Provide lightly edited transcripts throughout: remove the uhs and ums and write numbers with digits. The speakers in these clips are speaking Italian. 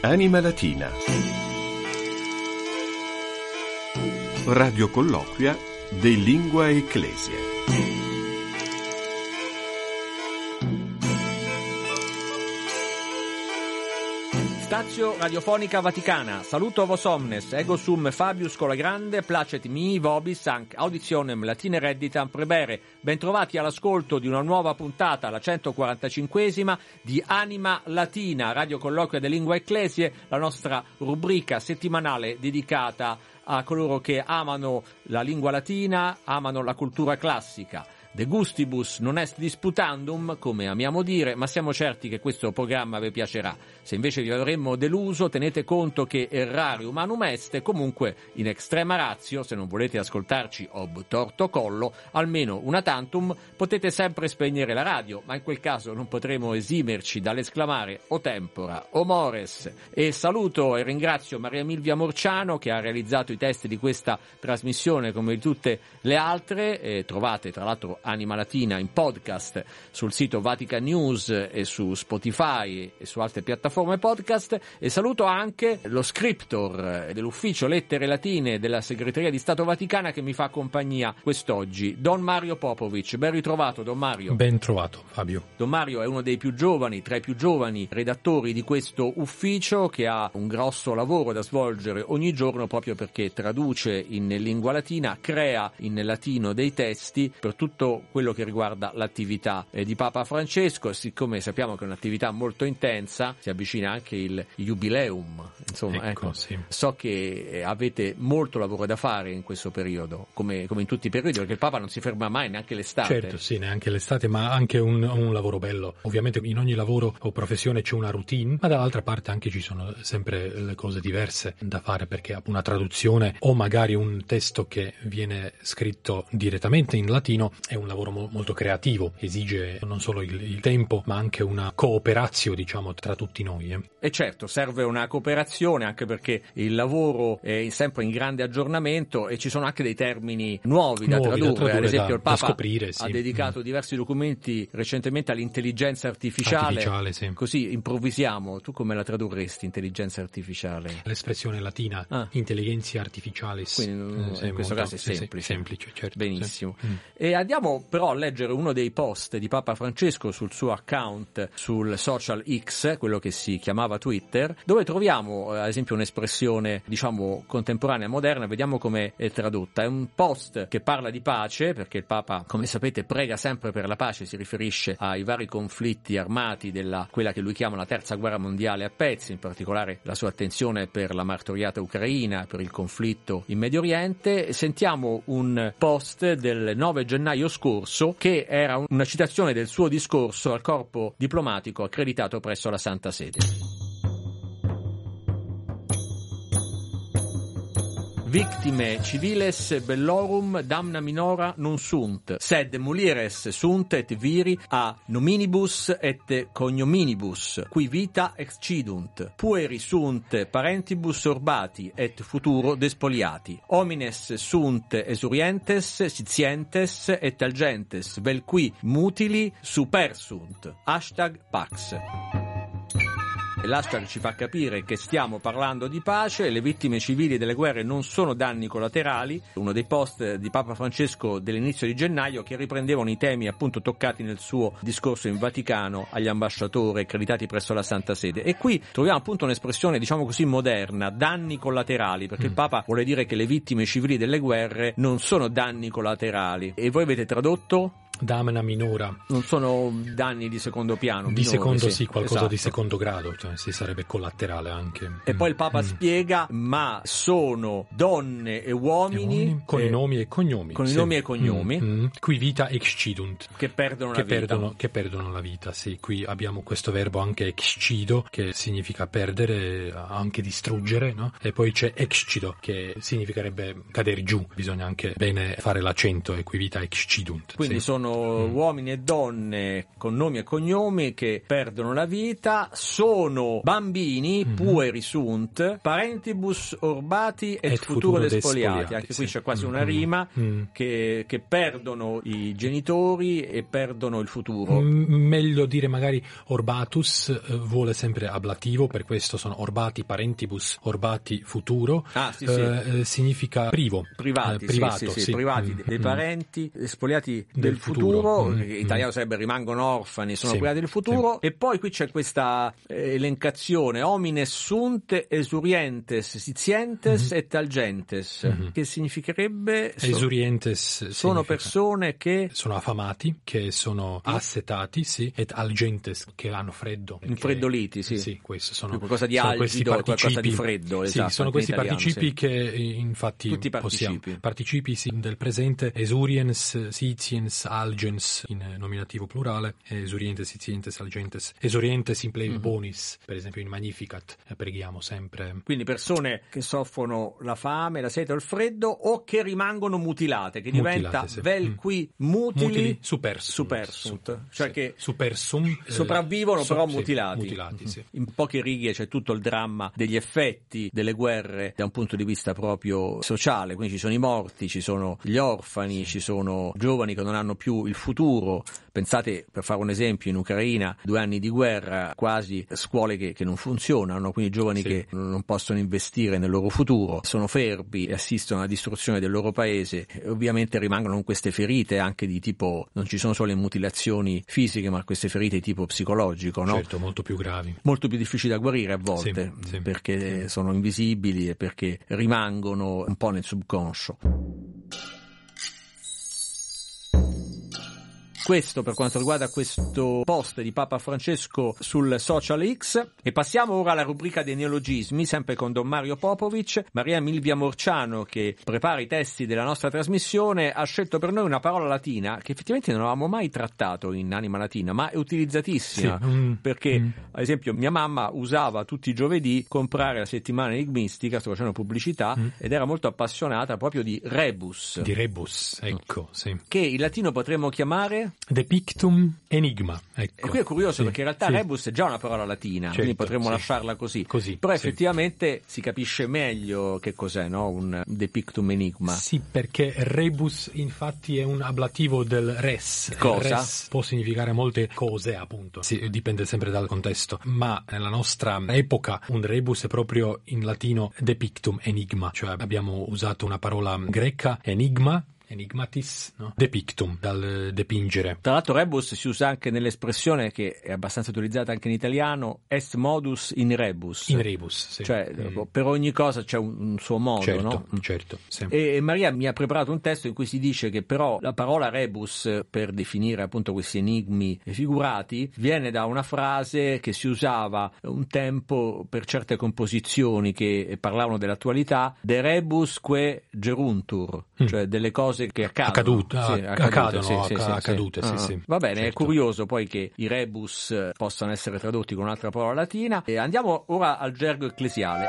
Anima Latina. Radio colloquia de Lingua Ecclesia. Stazio Radiofonica Vaticana, saluto vos omnes, ego sum Fabius Colagrande, placet mihi vobis anc auditionem latine redditam prebere. Bentrovati all'ascolto di una nuova puntata, la 145esima, di Anima Latina, Radio Colloquia de Lingua Ecclesie, la nostra rubrica settimanale dedicata a coloro che amano la lingua latina, amano la cultura classica. De gustibus non est disputandum, come amiamo dire, ma siamo certi che questo programma vi piacerà. Se invece vi avremmo deluso, tenete conto che errare humanum est, comunque in extrema ratio, se non volete ascoltarci ob torto collo, almeno una tantum, potete sempre spegnere la radio, ma in quel caso non potremo esimerci dall'esclamare o tempora o mores. E saluto e ringrazio Maria Milvia Morciano, che ha realizzato i testi di questa trasmissione come di tutte le altre. Trovate tra l'altro Anima Latina in podcast sul sito Vatican News e su Spotify e su altre piattaforme podcast. E saluto anche lo scriptor dell'ufficio Lettere Latine della Segreteria di Stato Vaticana che mi fa compagnia quest'oggi, Don Mario Popovic. Ben ritrovato, Don Mario. Ben trovato, Fabio. Don Mario è uno dei più giovani, tra i più giovani redattori di questo ufficio, che ha un grosso lavoro da svolgere ogni giorno proprio perché traduce in lingua latina, crea in latino dei testi per tutto quello che riguarda l'attività di Papa Francesco. Siccome sappiamo che è un'attività molto intensa, si avvicina anche il Jubileum, insomma, ecco. Sì. So che avete molto lavoro da fare in questo periodo, come in tutti i periodi, perché il Papa non si ferma mai, neanche l'estate. Certo, sì, neanche l'estate, ma anche un lavoro bello. Ovviamente in ogni lavoro o professione c'è una routine, ma dall'altra parte anche ci sono sempre le cose diverse da fare, perché una traduzione o magari un testo che viene scritto direttamente in latino è un lavoro molto creativo, esige non solo il tempo ma anche una cooperazione, diciamo, tra tutti noi. E certo, serve una cooperazione, anche perché il lavoro è sempre in grande aggiornamento e ci sono anche dei termini nuovi da tradurre. Ad esempio il Papa scoprire, sì. Ha dedicato diversi documenti recentemente all'intelligenza artificiale. Sì. Così improvvisiamo, tu come la tradurresti, intelligenza artificiale? L'espressione latina, intelligenza artificiale. Quindi in questo caso è semplice. Semplice, certo. Benissimo. Sì. E andiamo però a leggere uno dei post di Papa Francesco sul suo account sul social X, quello che si chiamava Twitter, dove troviamo ad esempio un'espressione, diciamo, contemporanea, moderna. Vediamo come è tradotta. È un post che parla di pace, perché il Papa, come sapete, prega sempre per la pace, si riferisce ai vari conflitti armati della quella che lui chiama la terza guerra mondiale a pezzi, in particolare la sua attenzione per la martoriata Ucraina, per il conflitto in Medio Oriente. Sentiamo un post del 9 gennaio scorso, che era una citazione del suo discorso al corpo diplomatico accreditato presso la Santa Sede. Victime civiles bellorum damna minora non sunt, sed mulieres sunt et viri a nominibus et cognominibus, qui vita excidunt, pueri sunt parentibus orbati et futuro despoliati, homines sunt esurientes, sitientes et algentes, vel qui mutili supersunt. #Pax. L'hashtag ci fa capire che stiamo parlando di pace. Le vittime civili delle guerre non sono danni collaterali, uno dei post di Papa Francesco dell'inizio di gennaio, che riprendevano i temi appunto toccati nel suo discorso in Vaticano agli ambasciatori accreditati presso la Santa Sede. E qui troviamo appunto un'espressione, diciamo così, moderna, danni collaterali, perché il Papa vuole dire che le vittime civili delle guerre non sono danni collaterali. E voi avete tradotto? Damna minora. Non sono danni di secondo piano. Di secondo, sì, qualcosa esatto. Di secondo grado, cioè si sarebbe collaterale anche. E poi il Papa spiega, ma sono donne e uomini con i nomi e cognomi. Con i nomi e cognomi. Qui vita excidunt. Che perdono la vita. Che perdono la vita, sì. Qui abbiamo questo verbo anche excido, che significa perdere, anche distruggere, no? E poi c'è excido, che significherebbe cadere giù. Bisogna anche bene fare l'accento, e qui vita excidunt. Quindi sì. Sono sono uomini e donne con nomi e cognomi che perdono la vita, sono bambini, pueri sunt, parentibus orbati et futuro despoliati. Anche qui c'è quasi una rima, che perdono i genitori e perdono il futuro. Meglio dire magari orbatus, vuole sempre ablativo, per questo sono orbati parentibus, orbati futuro. Significa privo, privati, privato, privati dei parenti, spoliati del futuro. In italiano sarebbe rimangono orfani, sono privati del futuro. E poi qui c'è questa elencazione: homines sunt esurientes sitientes et algentes, che significherebbe esurientes sono persone che sono affamati, che sono assetati, et algentes, che hanno freddo, infreddoliti, questo sono qualcosa di algido, qualcosa di freddo, esatto, sono questi participi che infatti tutti participi. possiamo participi del presente: esuriens, sitiens, algens in nominativo plurale, esurientes, sitientes, algentes, esurientes in plei bonis, per esempio in Magnificat preghiamo sempre. Quindi persone che soffrono la fame, la sete o il freddo, o che rimangono mutilate, che diventa vel qui mutili supersunt, cioè che supersum, sopravvivono però mutilati. Sì. In poche righe c'è tutto il dramma degli effetti delle guerre da un punto di vista proprio sociale, quindi ci sono i morti, ci sono gli orfani, ci sono giovani che non hanno più il futuro. Pensate, per fare un esempio, in Ucraina 2 anni di guerra, quasi scuole che non funzionano, quindi giovani che non possono investire nel loro futuro, sono fermi e assistono alla distruzione del loro paese, e ovviamente rimangono con queste ferite anche di tipo, non ci sono solo le mutilazioni fisiche, ma queste ferite di tipo psicologico, no? Certo, molto più gravi, molto più difficili da guarire a volte, perché sono invisibili e perché rimangono un po' nel subconscio. Questo per quanto riguarda questo post di Papa Francesco sul Social X. E passiamo ora alla rubrica dei neologismi, sempre con Don Mario Popovic. Maria Milvia Morciano, che prepara i testi della nostra trasmissione, ha scelto per noi una parola latina che effettivamente non avevamo mai trattato in Anima Latina, ma è utilizzatissima, perché ad esempio mia mamma usava tutti i giovedì comprare la settimana enigmistica, sto facendo pubblicità, ed era molto appassionata proprio di rebus. Di rebus, ecco, che in latino potremmo chiamare De Pictum Enigma, ecco. E qui è curioso, perché in realtà rebus è già una parola latina, quindi potremmo lasciarla così. Però effettivamente si capisce meglio che cos'è, no? Un De Pictum Enigma. Sì, perché rebus infatti è un ablativo del res. Cosa? Res può significare molte cose, appunto. Sì, dipende sempre dal contesto. Ma nella nostra epoca un rebus è proprio in latino De Pictum Enigma, cioè abbiamo usato una parola greca, enigma, enigmatis, no? Depictum, dal dipingere. Tra l'altro rebus si usa anche nell'espressione che è abbastanza utilizzata anche in italiano, est modus in rebus. In rebus, sì. Cioè per ogni cosa c'è un suo modo, no? Certo, sì. E Maria mi ha preparato un testo in cui si dice che però la parola rebus, per definire appunto questi enigmi figurati, viene da una frase che si usava un tempo per certe composizioni che parlavano dell'attualità, de rebus que geruntur, cioè delle cose che accadono. Accadute, sì. Va bene, certo. È curioso poi che i rebus possano essere tradotti con un'altra parola latina. E andiamo ora al gergo ecclesiale.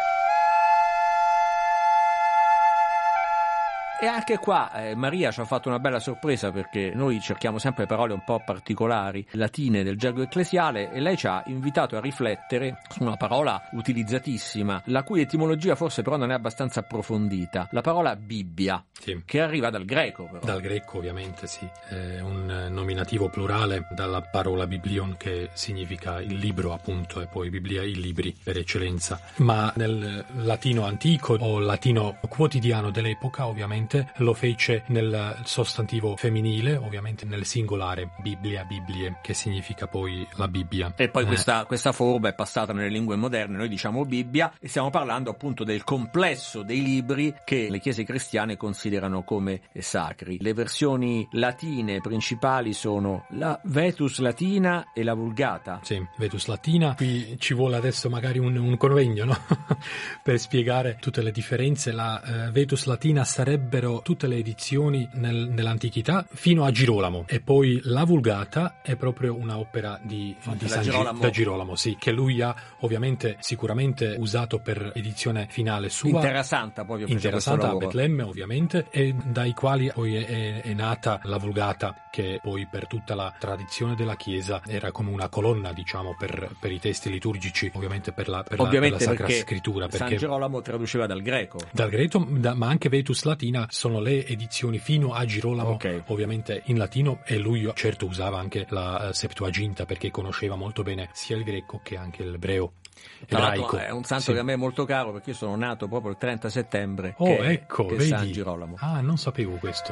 E anche qua Maria ci ha fatto una bella sorpresa, perché noi cerchiamo sempre parole un po' particolari, latine del gergo ecclesiale, e lei ci ha invitato a riflettere su una parola utilizzatissima, la cui etimologia forse però non è abbastanza approfondita, la parola Bibbia, che arriva dal greco però. Dal greco ovviamente, sì, è un nominativo plurale dalla parola biblion, che significa il libro appunto, e poi Biblia, i libri per eccellenza, ma nel latino antico o latino quotidiano dell'epoca ovviamente lo fece nel sostantivo femminile, ovviamente nel singolare Biblia, Biblie, che significa poi la Bibbia. E poi questa forma è passata nelle lingue moderne, noi diciamo Bibbia, e stiamo parlando appunto del complesso dei libri che le chiese cristiane considerano come sacri. Le versioni latine principali sono la Vetus Latina e la Vulgata. Sì, Vetus Latina, qui ci vuole adesso magari un convegno, no? Per spiegare tutte le differenze. La Vetus Latina sarebbe ebbero tutte le edizioni nell'antichità fino a Girolamo, e poi la Vulgata è proprio un'opera da Girolamo, sì, che lui ha ovviamente sicuramente usato per edizione finale sua. Intera Santa proprio Intera Santa a Betlemme ovviamente, e dai quali poi è nata la Vulgata, che poi per tutta la tradizione della Chiesa era come una colonna, diciamo, per i testi liturgici, ovviamente per la Sacra Scrittura. Perché San Girolamo traduceva dal greco, ma anche Vetus Latina sono le edizioni fino a Girolamo, ovviamente in latino, e lui certo usava anche la Septuaginta perché conosceva molto bene sia il greco che anche l'ebreo. Ebraico. È un santo che a me è molto caro, perché io sono nato proprio il 30 settembre ecco, che è vedi? San Girolamo. Ah, non sapevo questo.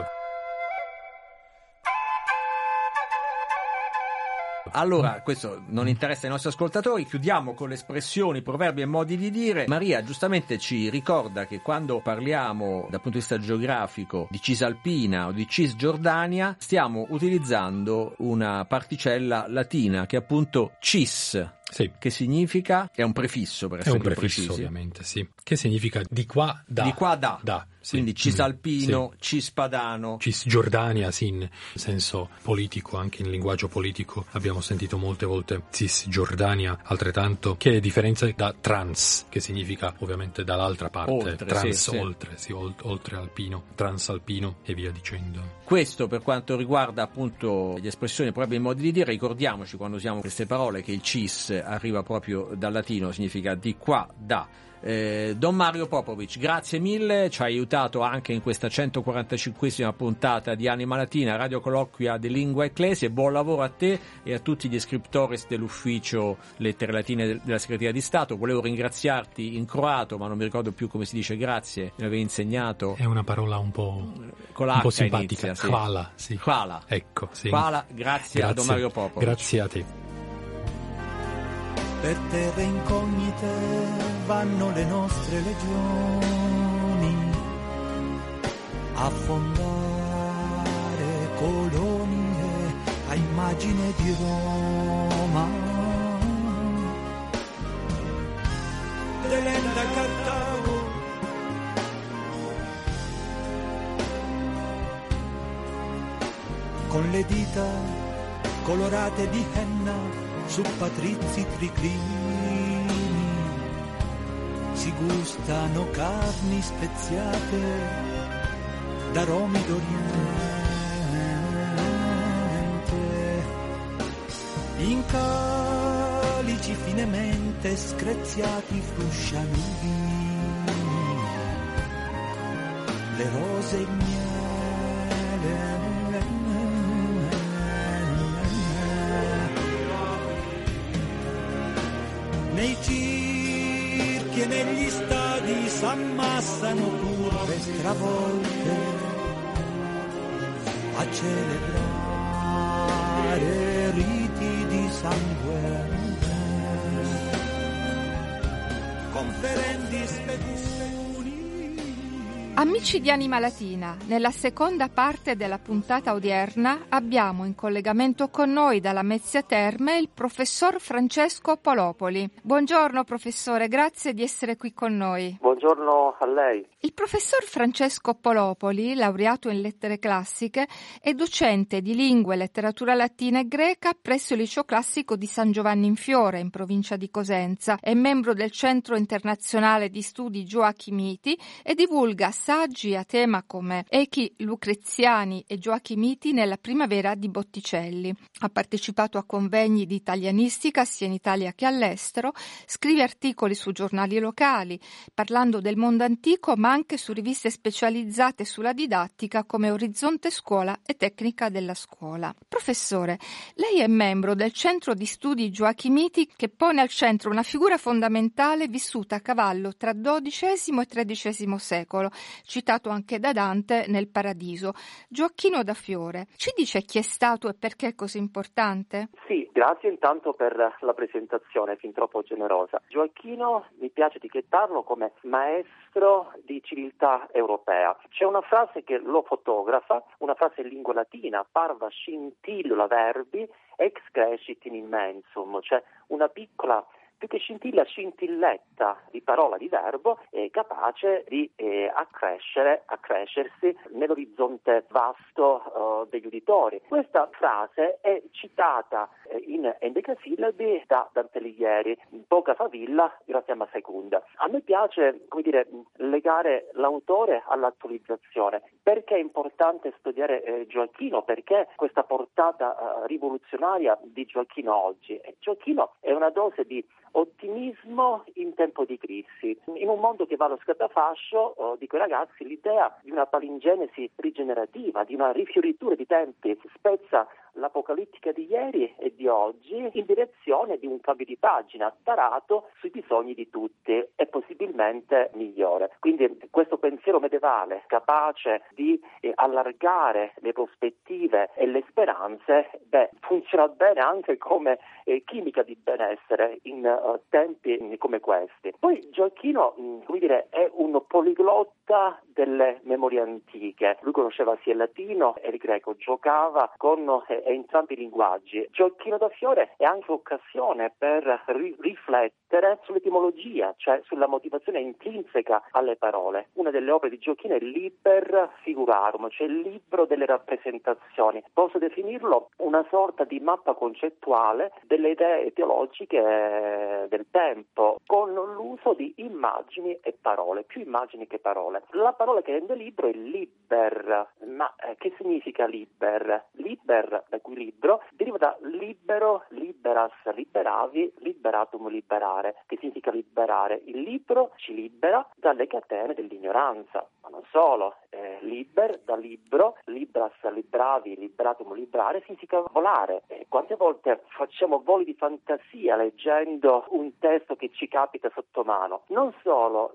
Allora, questo non interessa ai nostri ascoltatori, chiudiamo con le espressioni, proverbi e modi di dire. Maria giustamente ci ricorda che quando parliamo dal punto di vista geografico di Cisalpina o di Cisgiordania stiamo utilizzando una particella latina che è appunto cis. Sì. Che significa? È un prefisso, per essere più precisi. È un prefisso, ovviamente, sì. Che significa di qua da. Di qua da. Sì. Quindi Cisalpino, Cispadano. Cisgiordania, sì, in senso politico, anche in linguaggio politico. Abbiamo sentito molte volte Cisgiordania, altrettanto, che è differenza da trans, che significa ovviamente dall'altra parte. Oltre, trans, sì. oltre alpino, transalpino e via dicendo. Questo per quanto riguarda appunto le espressioni, proprio i modi di dire. Ricordiamoci quando usiamo queste parole che il cis arriva proprio dal latino, significa di qua da. Don Mario Popovic, grazie mille, ci ha aiutato anche in questa 145esima puntata di Anima Latina, Radio Colloquia di Lingua Ecclesia. Buon lavoro a te e a tutti gli scriptores dell'ufficio Lettere Latine della Segreteria di Stato. Volevo ringraziarti in croato, ma non mi ricordo più come si dice grazie, mi avevi insegnato. È una parola un po' simpatica. Inizia, sì. Hvala, sì. Hvala. Ecco, sì. Hvala, grazie a Don Mario Popovic. Grazie a te. Per terre incognite vanno le nostre legioni a fondare colonie a immagine di Roma. Delenda Cartago, con le dita colorate di henna su patrizi triclini si gustano carni speziate d'aromi d'Oriente, in calici finemente screziati frusciano i vini, le rose il miele. Nei circhi e negli stadi s'ammassano curve stravolte a celebrare riti di sangue, conferendi speduni. Amici di Anima Latina, nella seconda parte della puntata odierna abbiamo in collegamento con noi dalla Mezzia Terme il professor Francesco Polopoli. Buongiorno professore, grazie di essere qui con noi. Buongiorno a lei. Il professor Francesco Polopoli, laureato in lettere classiche, è docente di lingua e letteratura latina e greca presso il Liceo Classico di San Giovanni in Fiore, in provincia di Cosenza. È membro del Centro Internazionale di Studi Gioachimiti e divulga saggi a tema come Echi Lucreziani e Gioachimiti nella primavera di Botticelli. Ha partecipato a convegni di italianistica sia in Italia che all'estero, scrive articoli su giornali locali, parlando del mondo antico, ma anche su riviste specializzate sulla didattica come Orizzonte Scuola e Tecnica della Scuola. Professore, lei è membro del Centro di Studi Gioachimiti che pone al centro una figura fondamentale vissuta a cavallo tra XII e XIII secolo, citato anche da Dante nel Paradiso, Gioacchino da Fiore. Ci dice chi è stato e perché è così importante? Sì, grazie intanto per la presentazione fin troppo generosa. Gioacchino mi piace etichettarlo come maestro di civiltà europea. C'è una frase che lo fotografa, una frase in lingua latina, parva scintillula verbi ex crescit in immensum, cioè una piccola più che scintilla, scintilletta di parola, di verbo, è capace di accrescersi nell'orizzonte vasto degli uditori. Questa frase è citata in endecasillabi da Dante Alighieri, poca favilla, gratiama secunda. A me piace, legare l'autore all'attualizzazione. Perché è importante studiare Gioacchino? Perché questa portata rivoluzionaria di Gioacchino oggi? Gioacchino è una dose di ottimismo in tempo di crisi. In un mondo che va allo scatafascio, dico ai ragazzi, l'idea di una palingenesi rigenerativa, di una rifioritura di tempi, spezza l'apocalittica di ieri e di oggi in direzione di un cambio di pagina tarato sui bisogni di tutti e possibilmente migliore. Quindi questo pensiero medievale capace di allargare le prospettive e le speranze, funziona bene anche come chimica di benessere in tempi come questi. Poi Gioacchino, è un poliglotta delle memorie antiche. Lui conosceva sia il latino e il greco, giocava con entrambi i linguaggi. Gioacchino da Fiore è anche occasione per riflettere sull'etimologia, cioè sulla motivazione intrinseca alle parole. Una delle opere di Gioacchino è Liber Figurarum, cioè il libro delle rappresentazioni. Posso definirlo una sorta di mappa concettuale delle idee teologiche del tempo, con l'uso di immagini e parole, più immagini che parole. La parola che rende libro è liber, ma che significa liber? Liber, da cui libro, deriva da libero, liberas, liberavi, liberatum, liberare, che significa liberare. Il libro ci libera dalle catene dell'ignoranza, ma non solo, liber, da libro, libras, libravi, liberatum, liberare, significa volare. Quante volte facciamo voli di fantasia leggendo un testo che ci capita sotto mano? Non solo,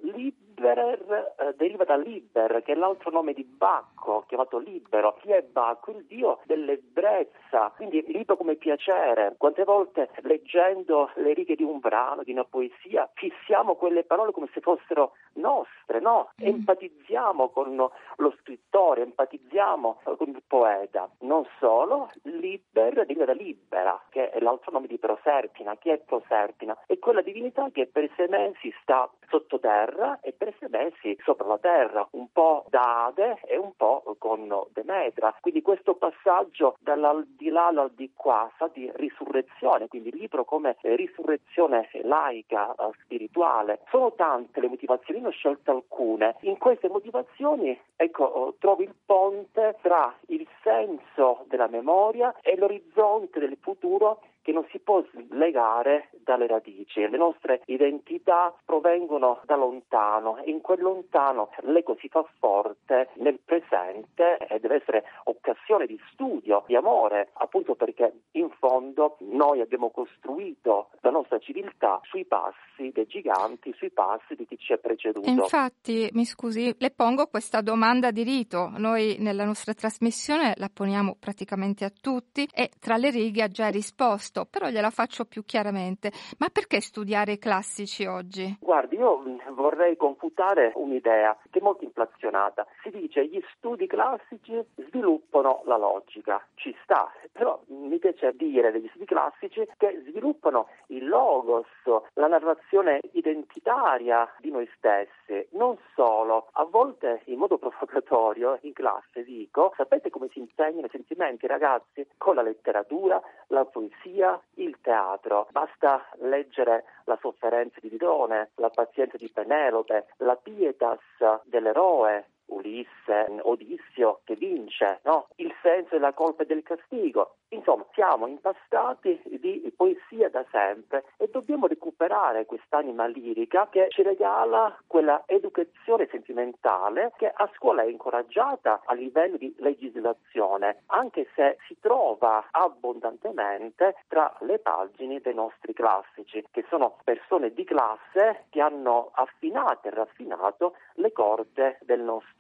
liberer deriva da liber, che è l'altro nome di Bacco, chiamato libero. Chi è Bacco? Il dio dell'ebbrezza, quindi libero come piacere. Quante volte leggendo le righe di un brano, di una poesia, fissiamo quelle parole come se fossero nostre, no? Empatizziamo con lo scrittore, empatizziamo con il poeta. Non solo, liber deriva da libera, che è l'altro nome di Proserpina. Chi è Proserpina? È quella divinità che per 6 mesi sta sottoterra e per 6 mesi sopra la terra, un po' da Ade e un po' con Demetra. Quindi questo passaggio dall'aldilà all'aldiquà sa di risurrezione, quindi il libro come risurrezione laica, spirituale. Sono tante le motivazioni, ne ho scelte alcune. In queste motivazioni, trovi il ponte tra il senso della memoria e l'orizzonte del futuro che non si può slegare dalle radici. Le nostre identità provengono da lontano e in quel lontano l'eco si fa forte nel presente e deve essere occasione di studio, di amore, appunto perché in fondo noi abbiamo costruito la nostra civiltà sui passi dei giganti, sui passi di chi ci è preceduto. Infatti, mi scusi, le pongo questa domanda di rito. Noi nella nostra trasmissione la poniamo praticamente a tutti e tra le righe ha già risposto, però gliela faccio più chiaramente. Ma perché studiare i classici oggi? Guardi, io vorrei confutare un'idea che è molto inflazionata. Si dice gli studi classici sviluppano la logica. Ci sta, però mi piace dire degli studi classici che sviluppano il logos, la narrazione identitaria di noi stessi. Non solo, a volte in modo provocatorio in classe dico: sapete come si insegnano i sentimenti, ragazzi? Con la letteratura, la poesia, il teatro. Basta leggere la sofferenza di Didone, la pazienza di Penelope, la pietas dell'eroe, Ulisse, Odisseo che vince, no? Il senso della colpa e del castigo. Insomma, siamo impastati di poesia da sempre e dobbiamo recuperare quest'anima lirica che ci regala quella educazione sentimentale che a scuola è incoraggiata a livello di legislazione, anche se si trova abbondantemente tra le pagine dei nostri classici, che sono persone di classe che hanno affinato e raffinato le corde del nostro spirito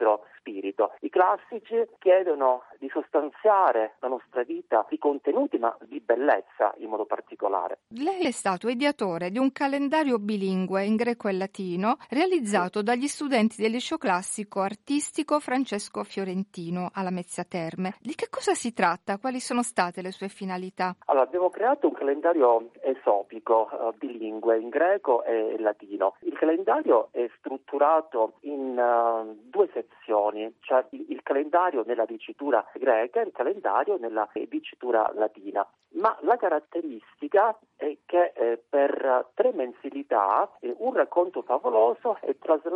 spirito. I classici chiedono di sostanziare la nostra vita di contenuti, ma di bellezza in modo particolare. Lei è stato ideatore di un calendario bilingue in greco e latino realizzato dagli studenti del liceo classico artistico Francesco Fiorentino alla Mezzia Terme. Di che cosa si tratta? Quali sono state le sue finalità? Allora, abbiamo creato un calendario esopico bilingue in greco e latino. Il calendario è strutturato in due sezioni, cioè il calendario nella dicitura greca e il calendario nella dicitura latina. Ma la caratteristica è che per 3 mensilità un racconto favoloso è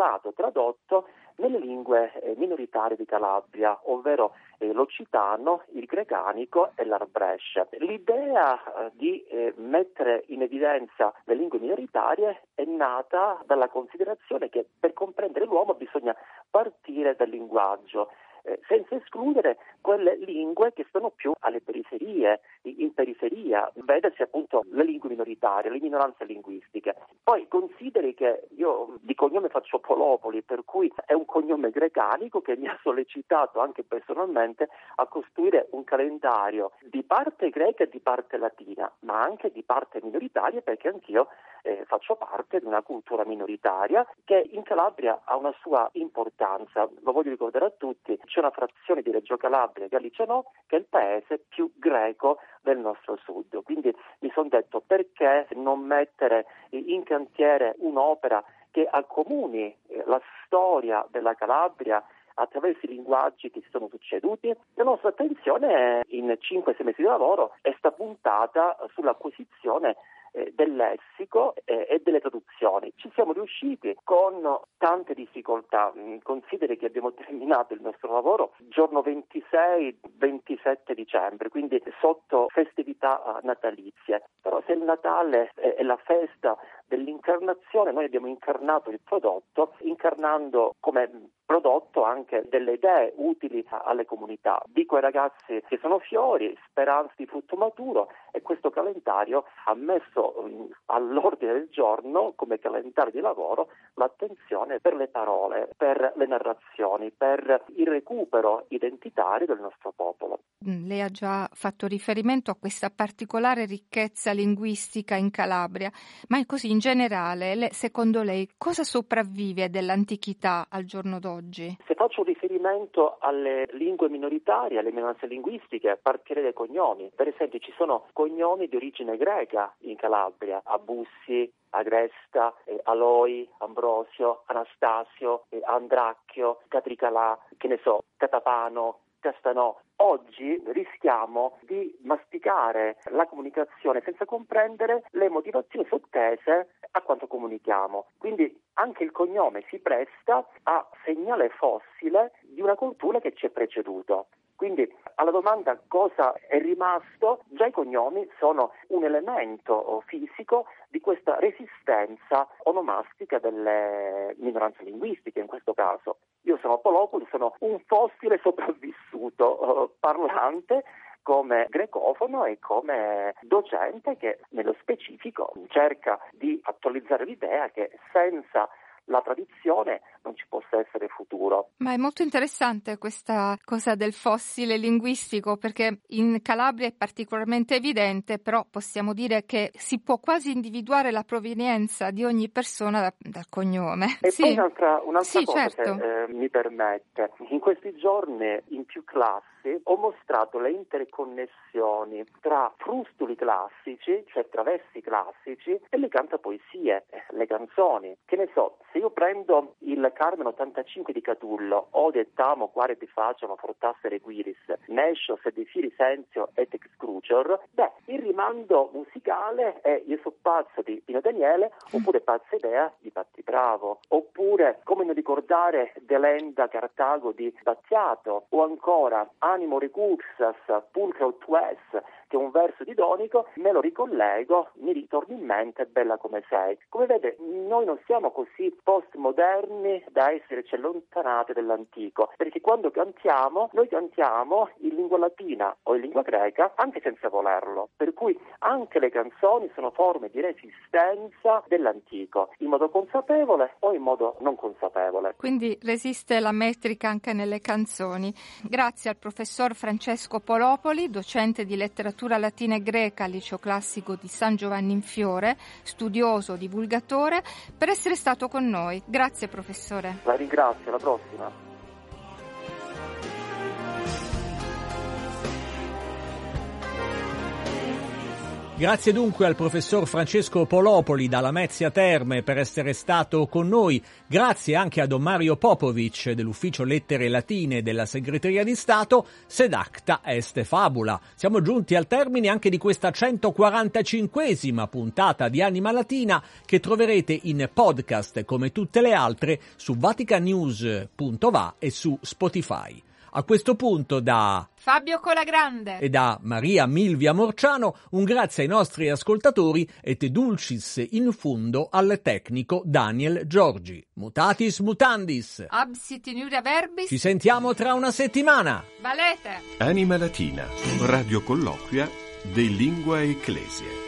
tradotto nelle lingue minoritarie di Calabria, ovvero l'occitano, il grecanico e l'arbresce. L'idea di mettere in evidenza le lingue minoritarie è nata dalla considerazione che per comprendere l'uomo bisogna partire dal linguaggio, senza escludere quelle lingue che sono più alle periferie, in periferia, vedasi appunto le lingue minoritarie, le minoranze linguistiche. Poi consideri che io di cognome faccio Polopoli, per cui è un cognome grecanico che mi ha sollecitato anche personalmente a costruire un calendario di parte greca e di parte latina, ma anche di parte minoritaria, perché anch'io faccio parte di una cultura minoritaria che in Calabria ha una sua importanza. Lo voglio ricordare a tutti, c'è una frazione di Reggio Calabria, Galicia No, che è il paese più greco del nostro sud. Quindi mi sono detto, perché non mettere in cantiere un'opera che accomuni la storia della Calabria attraverso i linguaggi che si sono succeduti. La nostra attenzione in 5-6 mesi di lavoro è stata puntata sull'acquisizione del lessico e delle traduzioni. Ci siamo riusciti con tante difficoltà. Consideri che abbiamo terminato il nostro lavoro giorno 26-27 dicembre, quindi sotto festività natalizie. Però se il Natale è la festa dell'incarnazione, noi abbiamo incarnato il prodotto, incarnando come prodotto anche delle idee utili alle comunità. Dico ai ragazzi che sono fiori, speranze di frutto maturo, e questo calendario ha messo all'ordine del giorno, come calendario di lavoro, l'attenzione per le parole, per le narrazioni, per il recupero identitario del nostro popolo. Lei ha già fatto riferimento a questa particolare ricchezza linguistica in Calabria, ma è così in generale, secondo lei, cosa sopravvive dell'antichità al giorno d'oggi? Se faccio riferimento alle lingue minoritarie, alle minoranze linguistiche, partirei dai cognomi. Per esempio ci sono cognomi di origine greca in Calabria, Abussi, Agresta, Aloi, Ambrosio, Anastasio, Andracchio, Catricalà, Catapano, Castanò. Oggi rischiamo di masticare la comunicazione senza comprendere le motivazioni sottese a quanto comunichiamo. Quindi anche il cognome si presta a segnale fossile di una cultura che ci è preceduto. Quindi alla domanda cosa è rimasto, già i cognomi sono un elemento fisico di questa resistenza onomastica delle minoranze linguistiche in questo caso. Io sono Polopoli, sono un fossile sopravvissuto parlante come grecofono e come docente che nello specifico cerca di attualizzare l'idea che senza la tradizione non ci possa essere futuro. Ma è molto interessante questa cosa del fossile linguistico, perché in Calabria è particolarmente evidente, però possiamo dire che si può quasi individuare la provenienza di ogni persona dal cognome. E sì. poi un'altra sì, cosa, certo. Se mi permette. In questi giorni in più classi ho mostrato le interconnessioni tra frustoli classici, cioè travessi classici, e le cantapoesie, le canzoni. Che ne so, se io prendo il Carmen 85 di Catullo, Ode et amo quare ti facciano fortasse requiris, nescios et defiri sensio et ex crucior, il rimando musicale è Io so pazzo di Pino Daniele, oppure Pazza idea di Patti Bravo, oppure come non ricordare Delenda Cartago di Battiato, o ancora Animo recursas pulcra ut ves, che è un verso di Donico, me lo ricollego, mi ritorna in mente bella come sei. Come vede, noi non siamo così postmoderni da esserci allontanati dall'antico, perché quando cantiamo, noi cantiamo in lingua latina o in lingua greca anche senza volerlo, per cui anche le canzoni sono forme di resistenza dell'antico, in modo consapevole o in modo non consapevole. Quindi resiste la metrica anche nelle canzoni. Grazie al professor Francesco Polopoli, docente di letteratura latina e greca al Liceo Classico di San Giovanni in Fiore, studioso, divulgatore, per essere stato con noi. Grazie professore. La ringrazio, alla prossima. Grazie dunque al professor Francesco Polopoli da Lamezia Terme per essere stato con noi. Grazie anche a Don Mario Popovic dell'Ufficio Lettere Latine della Segreteria di Stato. Sed acta est fabula. Siamo giunti al termine anche di questa 145esima puntata di Anima Latina, che troverete in podcast come tutte le altre su vaticanews.va e su Spotify. A questo punto da Fabio Colagrande e da Maria Milvia Morciano un grazie ai nostri ascoltatori et dulcis in fundo al tecnico Daniel Giorgi. Mutatis mutandis. Absit in iuria verbis. Ci sentiamo tra una settimana. Valete. Anima Latina, radio colloquia de Lingua Ecclesia.